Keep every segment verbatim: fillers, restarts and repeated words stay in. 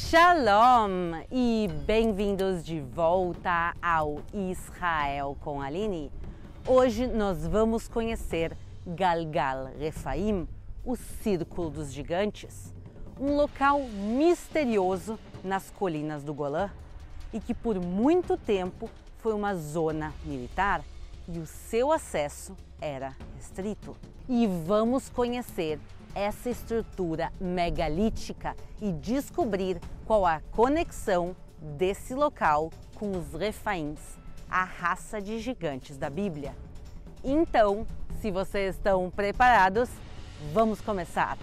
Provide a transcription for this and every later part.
Shalom e bem-vindos de volta ao Israel com Aline. Hoje nós vamos conhecer Galgal Refaim, o Círculo dos Gigantes, um local misterioso nas colinas do Golã e que por muito tempo foi uma zona militar e o seu acesso era restrito. E vamos conhecer essa estrutura megalítica e descobrir qual a conexão desse local com os Refaíns, a raça de gigantes da Bíblia. Então, se vocês estão preparados, vamos começar!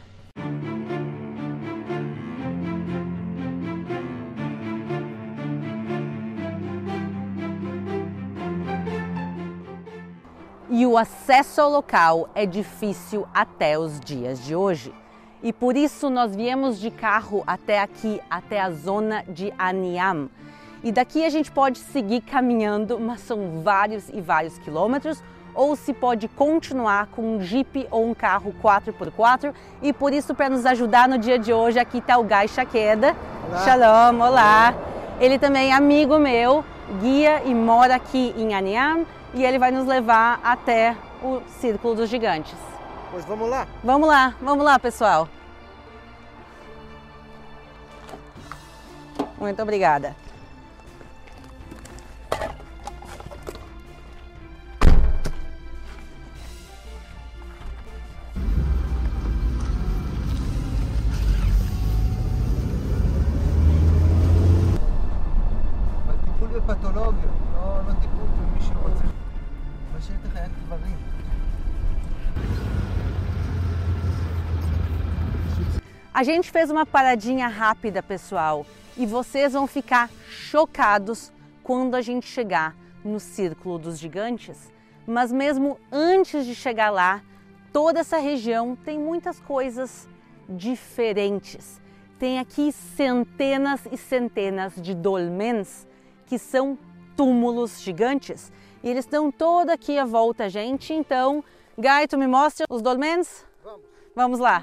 E o acesso ao local é difícil até os dias de hoje. E por isso nós viemos de carro até aqui, até a zona de Aniam. E daqui a gente pode seguir caminhando, mas são vários e vários quilômetros, ou se pode continuar com um Jeep ou um carro quatro por quatro. E por isso, para nos ajudar no dia de hoje, aqui está o Guy Shaqueda. Shalom, olá! Ele também é amigo meu, guia e mora aqui em Aniam. E ele vai nos levar até o Círculo dos Gigantes. Pois vamos lá? Vamos lá, vamos lá, pessoal. Muito obrigada. בטיפול בפתולוגיה, לא, לא טיפול במי שרוצה. בשטח היה קברים. A gente fez uma paradinha rápida, pessoal, e vocês vão ficar chocados quando a gente chegar no Círculo dos Gigantes. Mas mesmo antes de chegar lá, toda essa região tem muitas coisas diferentes. Tem aqui centenas e centenas de dolmens, que são túmulos gigantes. E eles estão todos aqui à volta, gente. Então, Guy, tu me mostra os dolmens? Vamos. Vamos lá.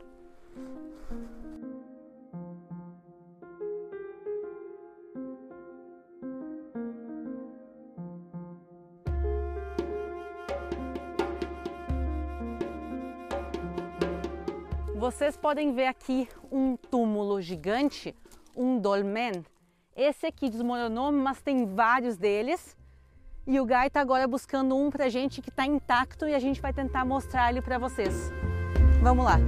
Vocês podem ver aqui um túmulo gigante, um dolmen. Esse aqui desmoronou, mas tem vários deles. E o Guy está agora buscando um pra gente que está intacto e a gente vai tentar mostrar ele para vocês. Vamos lá.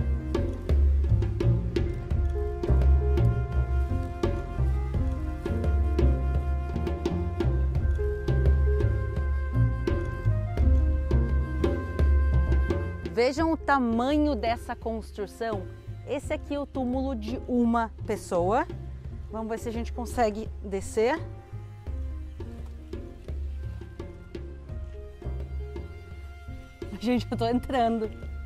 Vejam o tamanho dessa construção. Esse aqui é o túmulo de uma pessoa. Vamos ver se a gente consegue descer. Gente, eu tô entrando.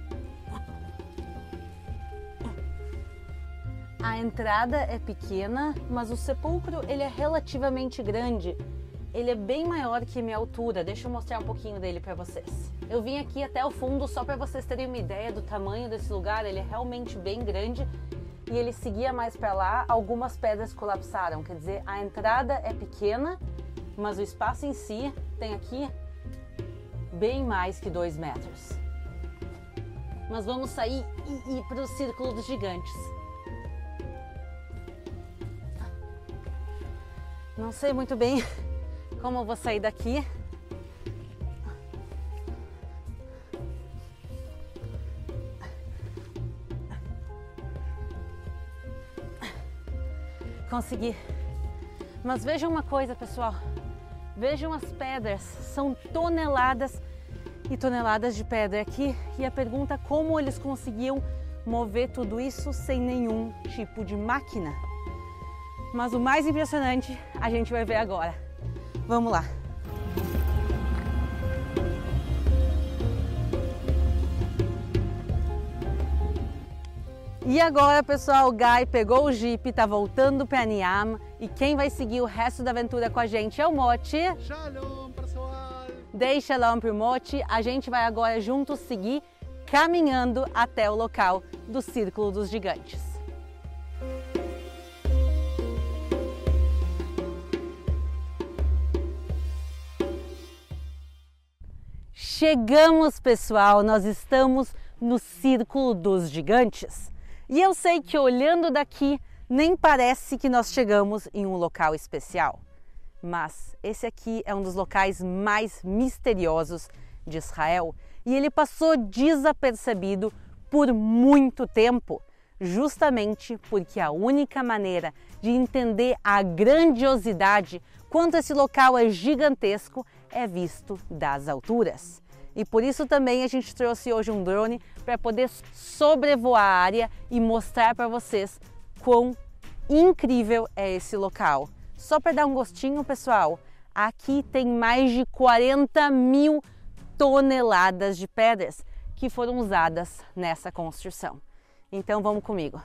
A entrada é pequena, mas o sepulcro ele é relativamente grande. Ele é bem maior que minha altura. Deixa eu mostrar um pouquinho dele para vocês. Eu vim aqui até o fundo só para vocês terem uma ideia do tamanho desse lugar. Ele é realmente bem grande e ele seguia mais para lá. Algumas pedras colapsaram, quer dizer, a entrada é pequena, mas o espaço em si tem aqui bem mais que dois metros. Mas vamos sair e ir para o Círculo dos Gigantes. Não sei muito bem como eu vou sair daqui. Consegui. Mas vejam uma coisa, pessoal. Vejam as pedras. São toneladas e toneladas de pedra aqui. E a pergunta é como eles conseguiam mover tudo isso sem nenhum tipo de máquina. Mas o mais impressionante a gente vai ver agora. Vamos lá. E agora, pessoal, o Guy pegou o Jeep, tá voltando para Aniam e quem vai seguir o resto da aventura com a gente é o Moti. Shalom, pessoal! Dei shalom pro Moti. A gente vai agora juntos seguir caminhando até o local do Círculo dos Gigantes. Chegamos, pessoal! Nós estamos no Círculo dos Gigantes. E eu sei que olhando daqui nem parece que nós chegamos em um local especial. Mas esse aqui é um dos locais mais misteriosos de Israel e ele passou desapercebido por muito tempo, justamente porque a única maneira de entender a grandiosidade quanto esse local é gigantesco é visto das alturas. E por isso também a gente trouxe hoje um drone para poder sobrevoar a área e mostrar para vocês quão incrível é esse local. Só para dar um gostinho, pessoal, aqui tem mais de quarenta mil toneladas de pedras que foram usadas nessa construção. Então vamos comigo.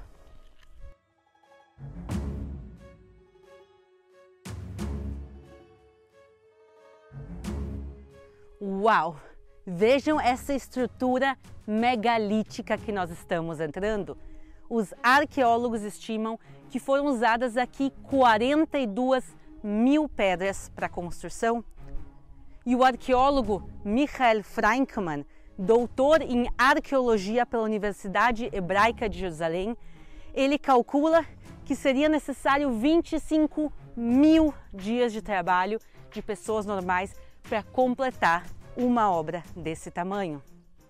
Uau! Vejam essa estrutura megalítica que nós estamos entrando. Os arqueólogos estimam que foram usadas aqui quarenta e duas mil pedras para a construção. E o arqueólogo Michael Frankman, doutor em arqueologia pela Universidade Hebraica de Jerusalém, ele calcula que seria necessário vinte e cinco mil dias de trabalho de pessoas normais para completar uma obra desse tamanho.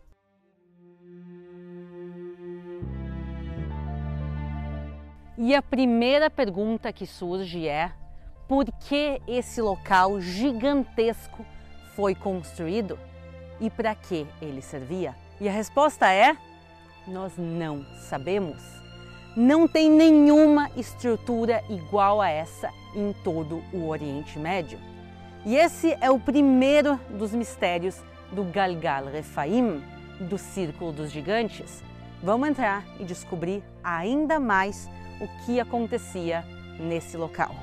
E a primeira pergunta que surge é: por que esse local gigantesco foi construído e para que ele servia? E a resposta é: nós não sabemos. Não tem nenhuma estrutura igual a essa em todo o Oriente Médio. E esse é o primeiro dos mistérios do Galgal Refaim, do Círculo dos Gigantes. Vamos entrar e descobrir ainda mais o que acontecia nesse local.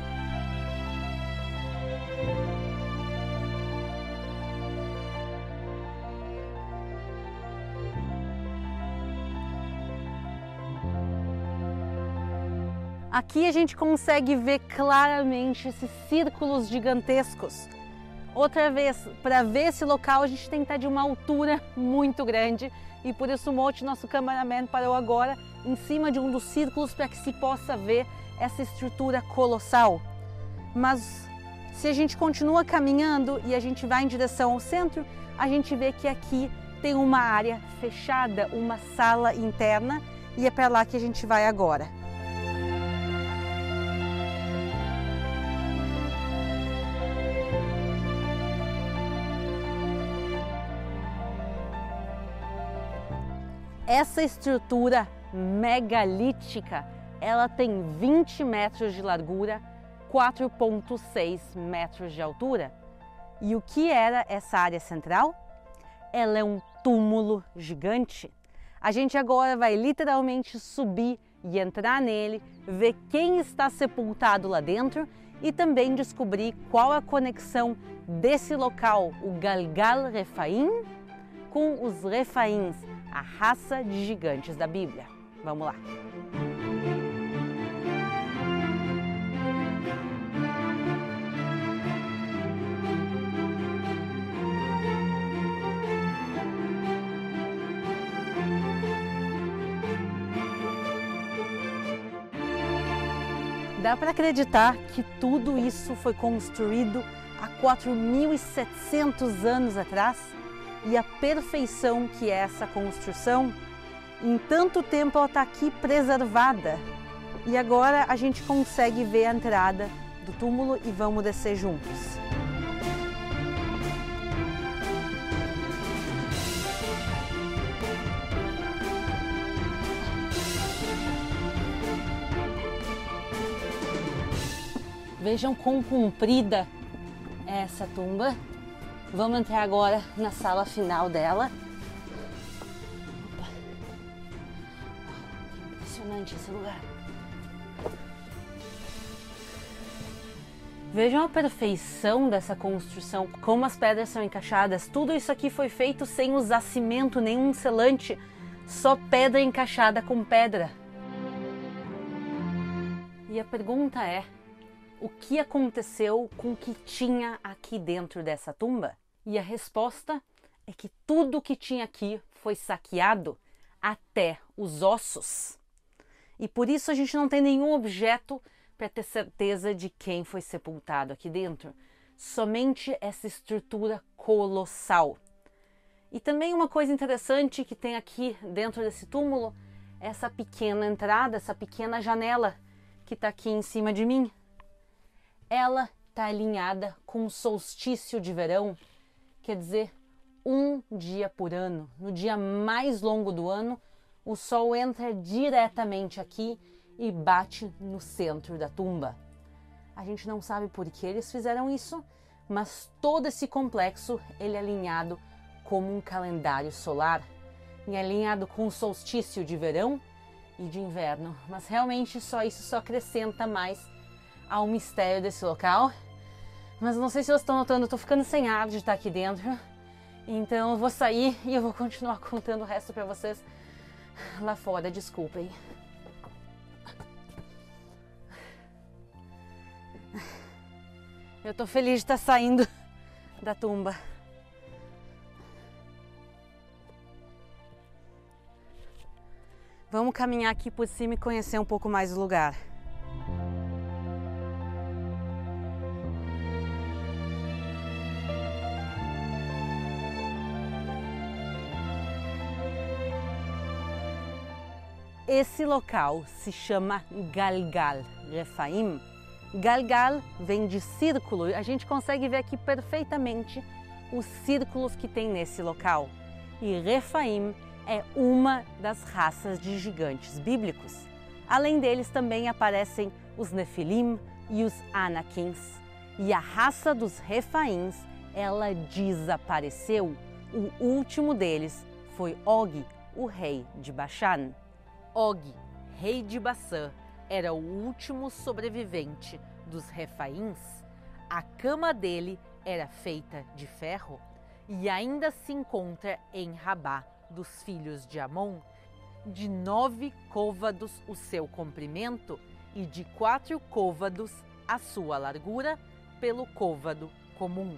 Aqui a gente consegue ver claramente esses círculos gigantescos. Outra vez, para ver esse local a gente tem que estar de uma altura muito grande e por isso o Moti, nosso cameraman, parou agora em cima de um dos círculos para que se possa ver essa estrutura colossal. Mas se a gente continua caminhando e a gente vai em direção ao centro, a gente vê que aqui tem uma área fechada, uma sala interna, e é para lá que a gente vai agora. Essa estrutura megalítica, ela tem vinte metros de largura, quatro vírgula seis metros de altura. E o que era essa área central? Ela é um túmulo gigante. A gente agora vai literalmente subir e entrar nele, ver quem está sepultado lá dentro e também descobrir qual a conexão desse local, o Galgal Refaim, com os Refaíns, a raça de gigantes da Bíblia. Vamos lá! Dá para acreditar que tudo isso foi construído há quatro mil e setecentos anos atrás? E a perfeição que é essa construção, em tanto tempo ela está aqui preservada. E agora a gente consegue ver a entrada do túmulo e vamos descer juntos. Vejam quão comprida é essa tumba. Vamos entrar agora na sala final dela. Opa. Impressionante esse lugar. Vejam a perfeição dessa construção, como as pedras são encaixadas. Tudo isso aqui foi feito sem usar cimento, nenhum selante, só pedra encaixada com pedra. E a pergunta é: o que aconteceu com o que tinha aqui dentro dessa tumba? E a resposta é que tudo que tinha aqui foi saqueado, até os ossos. E por isso a gente não tem nenhum objeto para ter certeza de quem foi sepultado aqui dentro. Somente essa estrutura colossal. E também uma coisa interessante que tem aqui dentro desse túmulo, essa pequena entrada, essa pequena janela que está aqui em cima de mim. Ela está alinhada com o solstício de verão, quer dizer, um dia por ano. No dia mais longo do ano, o sol entra diretamente aqui e bate no centro da tumba. A gente não sabe por que eles fizeram isso, mas todo esse complexo ele é alinhado como um calendário solar e é alinhado com o solstício de verão e de inverno. Mas realmente só isso só acrescenta mais ao mistério desse local. Mas não sei se vocês estão notando, eu tô ficando sem ar de estar aqui dentro. Então eu vou sair e eu vou continuar contando o resto para vocês lá fora, desculpem. Eu tô feliz de estar saindo da tumba. Vamos caminhar aqui por cima e conhecer um pouco mais o lugar. Esse local se chama Galgal Refaim. Galgal vem de círculo e a gente consegue ver aqui perfeitamente os círculos que tem nesse local. E Refaim é uma das raças de gigantes bíblicos. Além deles também aparecem os Nefilim e os Anakins. E a raça dos Refaíns, ela desapareceu. O último deles foi Og, o rei de Bashan. Og, rei de Bassã, era o último sobrevivente dos Refaíns. A cama dele era feita de ferro e ainda se encontra em Rabá dos filhos de Amon, de nove côvados o seu comprimento e de quatro côvados a sua largura pelo côvado comum.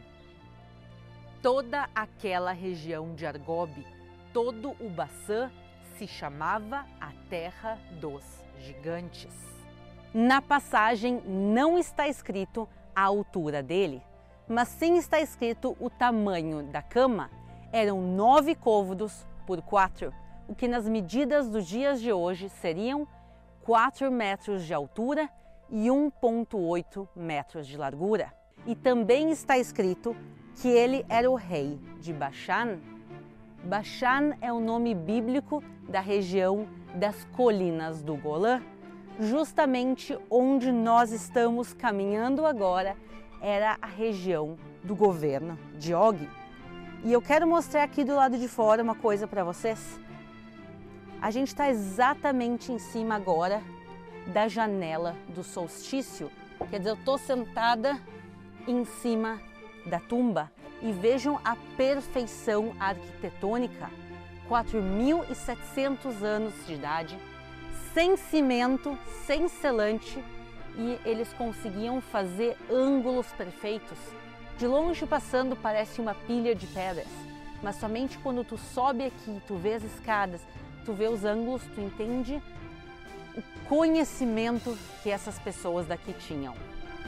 Toda aquela região de Argob, todo o Bassã, se chamava a Terra dos Gigantes. Na passagem não está escrito a altura dele, mas sim está escrito o tamanho da cama. Eram nove côvados por quatro, o que nas medidas dos dias de hoje seriam quatro metros de altura e um vírgula oito metros de largura. E também está escrito que ele era o rei de Bashan. Bashan é o nome bíblico da região das colinas do Golã. Justamente onde nós estamos caminhando agora era a região do governo de Og. E eu quero mostrar aqui do lado de fora uma coisa para vocês. A gente está exatamente em cima agora da janela do solstício. Quer dizer, eu estou sentada em cima da tumba e vejam a perfeição arquitetônica. quatro mil e setecentos anos de idade, sem cimento, sem selante, e eles conseguiam fazer ângulos perfeitos. De longe passando parece uma pilha de pedras, mas somente quando tu sobe aqui, tu vê as escadas, tu vê os ângulos, tu entende o conhecimento que essas pessoas daqui tinham.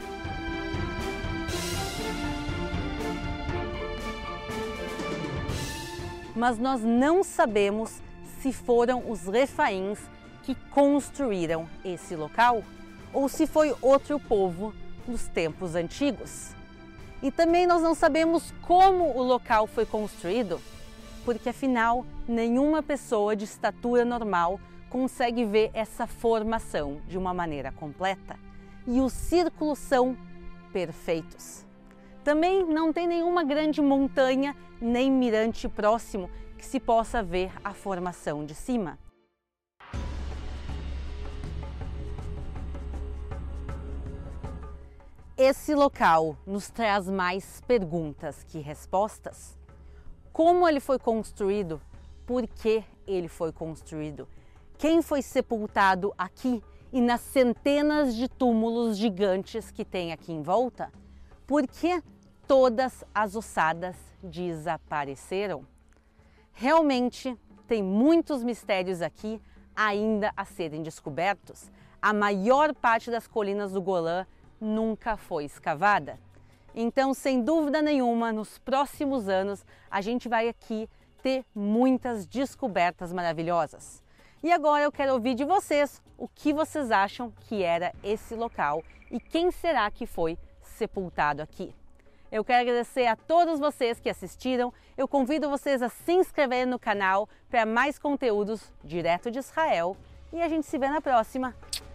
Mas nós não sabemos se foram os Refaíns que construíram esse local ou se foi outro povo dos tempos antigos. E também nós não sabemos como o local foi construído, porque afinal nenhuma pessoa de estatura normal consegue ver essa formação de uma maneira completa. E os círculos são perfeitos. Também não tem nenhuma grande montanha nem mirante próximo que se possa ver a formação de cima. Esse local nos traz mais perguntas que respostas. Como ele foi construído? Por que ele foi construído? Quem foi sepultado aqui e nas centenas de túmulos gigantes que tem aqui em volta? Por que todas as ossadas desapareceram? Realmente tem muitos mistérios aqui ainda a serem descobertos. A maior parte das colinas do Golã nunca foi escavada. Então, sem dúvida nenhuma, nos próximos anos a gente vai aqui ter muitas descobertas maravilhosas. E agora eu quero ouvir de vocês o que vocês acham que era esse local e quem será que foi sepultado aqui. Eu quero agradecer a todos vocês que assistiram. Eu convido vocês a se inscreverem no canal para mais conteúdos direto de Israel. E a gente se vê na próxima.